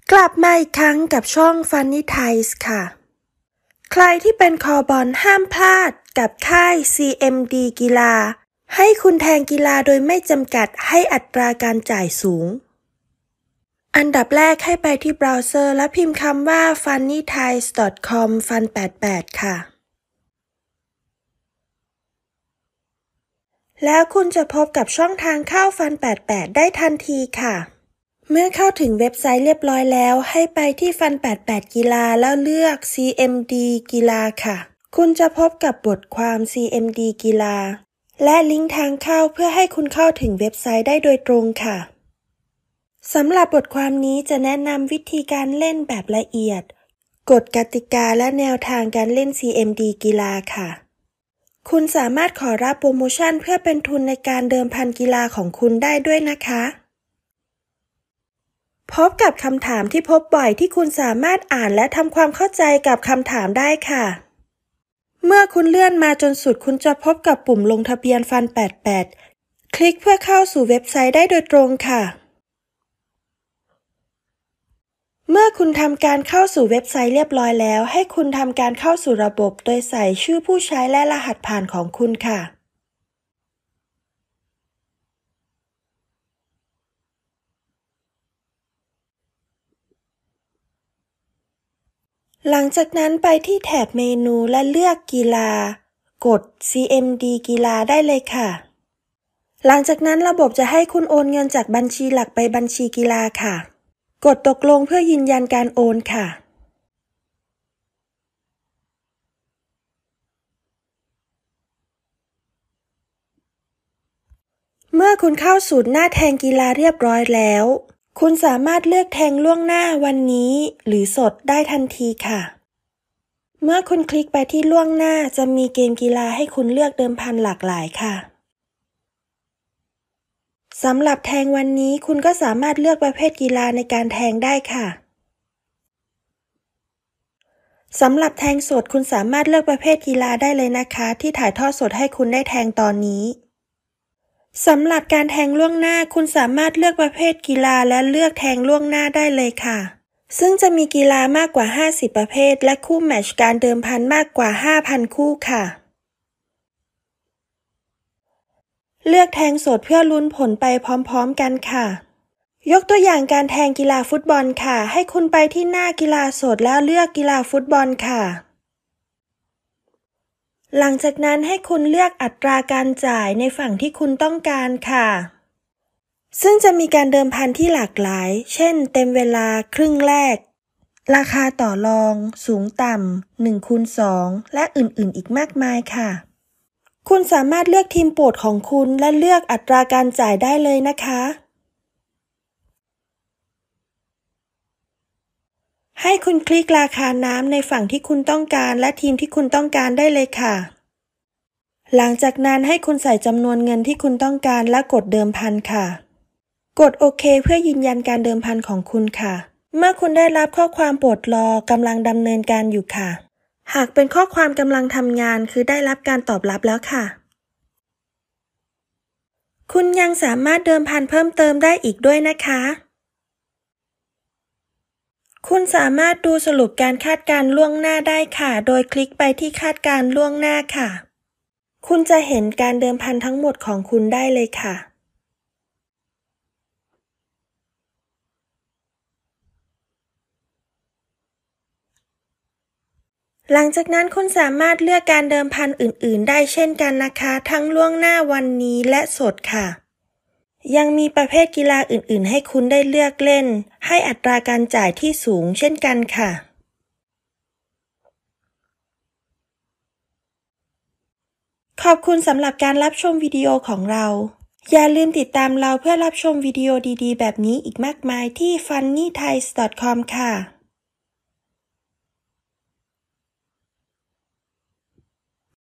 กลับมาอีกครั้งกับช่อง Funny Thais ค่ะ ใครที่เป็นคอบอลห้ามพลาดกับค่าย CMD กีฬาให้คุณแทงกีฬาโดยไม่จำกัดให้อัตราการจ่ายสูง อันดับแรกให้ไปที่เบราว์เซอร์และพิมพ์คำว่า funnythais.com fun88 ค่ะ แล้วคุณจะพบกับช่องทางเข้า Fun88 ได้ทันทีค่ะเมื่อเข้าถึงเว็บไซต์เรียบร้อยแล้วให้ไปที่ Fun88 กีฬาแล้วเลือก CMD กีฬาค่ะคุณจะพบกับบทความ CMD กีฬาและลิงก์ทางเข้าเพื่อให้คุณเข้าถึงเว็บไซต์ได้โดยตรงค่ะสำหรับบทความนี้จะแนะนำวิธีการเล่นแบบละเอียดกฎกติกาและแนวทางการเล่น CMD กีฬาค่ะคุณสามารถขอรับโปรโมชั่นเพื่อเป็นทุนในการเดิมพันกีฬาของคุณได้ด้วยนะคะพบกับคำถามที่พบบ่อยที่คุณสามารถอ่านและทำความเข้าใจกับคำถามได้ค่ะเมื่อคุณเลื่อนมาจนสุดคุณจะพบกับปุ่มลงทะเบียน Fun88 คลิกเพื่อเข้าสู่เว็บไซต์ได้โดยตรงค่ะเมื่อคุณทำการเข้าสู่เว็บไซต์เรียบร้อยแล้วให้คุณทำการเข้าสู่ระบบโดยใส่ชื่อผู้ใช้และรหัสผ่านของคุณค่ะหลังจากนั้นไปที่แถบเมนูและเลือกกีฬากด CMD กีฬาได้เลยค่ะหลังจากนั้นระบบจะให้คุณโอนเงินจากบัญชีหลักไปบัญชีกีฬาค่ะกดตกลงเพื่อยืนยันการโอนค่ะเมื่อคุณเข้าสู่หน้าแทงกีฬาเรียบร้อยแล้วคุณสามารถเลือกแทงล่วงหน้าวันนี้หรือสดได้ทันทีค่ะเมื่อคุณคลิกไปที่ล่วงหน้าจะมีเกมกีฬาให้คุณเลือกเดิมพันหลากหลายค่ะสำหรับแทงวันนี้คุณก็สามารถเลือกประเภทกีฬาในการแทงได้ค่ะสำหรับแทงสดคุณสามารถเลือกประเภทกีฬาได้เลยนะคะที่ถ่ายทอดสดให้คุณได้แทงตอนนี้สำหรับการแทงล่วงหน้าคุณสามารถเลือกประเภทกีฬาและเลือกแทงล่วงหน้าได้เลยค่ะซึ่งจะมีกีฬามากกว่า50ประเภทและคู่แมตช์การเดิมพันมากกว่า 5,000 คู่ค่ะเลือกแทงสดเพื่อลุ้นผลไปพร้อมๆกันค่ะยกตัวอย่างการแทงกีฬาฟุตบอลค่ะให้คุณไปที่หน้ากีฬาสดแล้วเลือกกีฬาฟุตบอลค่ะหลังจากนั้นให้คุณเลือกอัตราการจ่ายในฝั่งที่คุณต้องการค่ะซึ่งจะมีการเดิมพันที่หลากหลายเช่นเต็มเวลาครึ่งแรกราคาต่อรองสูงต่ำ1/2และอื่นๆอีกมากมายค่ะคุณสามารถเลือกทีมโปรดของคุณและเลือกอัตราการจ่ายได้เลยนะคะให้คุณคลิกราคาน้ำในฝั่งที่คุณต้องการและทีมที่คุณต้องการได้เลยค่ะหลังจากนั้นให้คุณใส่จำนวนเงินที่คุณต้องการและกดเดิมพันค่ะกดโอเคเพื่อยืนยันการเดิมพันของคุณค่ะเมื่อคุณได้รับข้อความโปรดรอกำลังดำเนินการอยู่ค่ะหากเป็นข้อความกำลังทำงานคือได้รับการตอบรับแล้วค่ะคุณยังสามารถเดิมพันเพิ่มเติมได้อีกด้วยนะคะคุณสามารถดูสรุปการคาดการณ์ล่วงหน้าได้ค่ะโดยคลิกไปที่คาดการณ์ล่วงหน้าค่ะคุณจะเห็นการเดิมพันทั้งหมดของคุณได้เลยค่ะหลังจากนั้นคุณสามารถเลือกการเดิมพันอื่นๆได้เช่นกันนะคะทั้งล่วงหน้าวันนี้และสดค่ะยังมีประเภทกีฬาอื่นๆให้คุณได้เลือกเล่นให้อัตราการจ่ายที่สูงเช่นกันค่ะขอบคุณสำหรับการรับชมวิดีโอของเราอย่าลืมติดตามเราเพื่อรับชมวิดีโอดีๆแบบนี้อีกมากมายที่ funnythais.com ค่ะ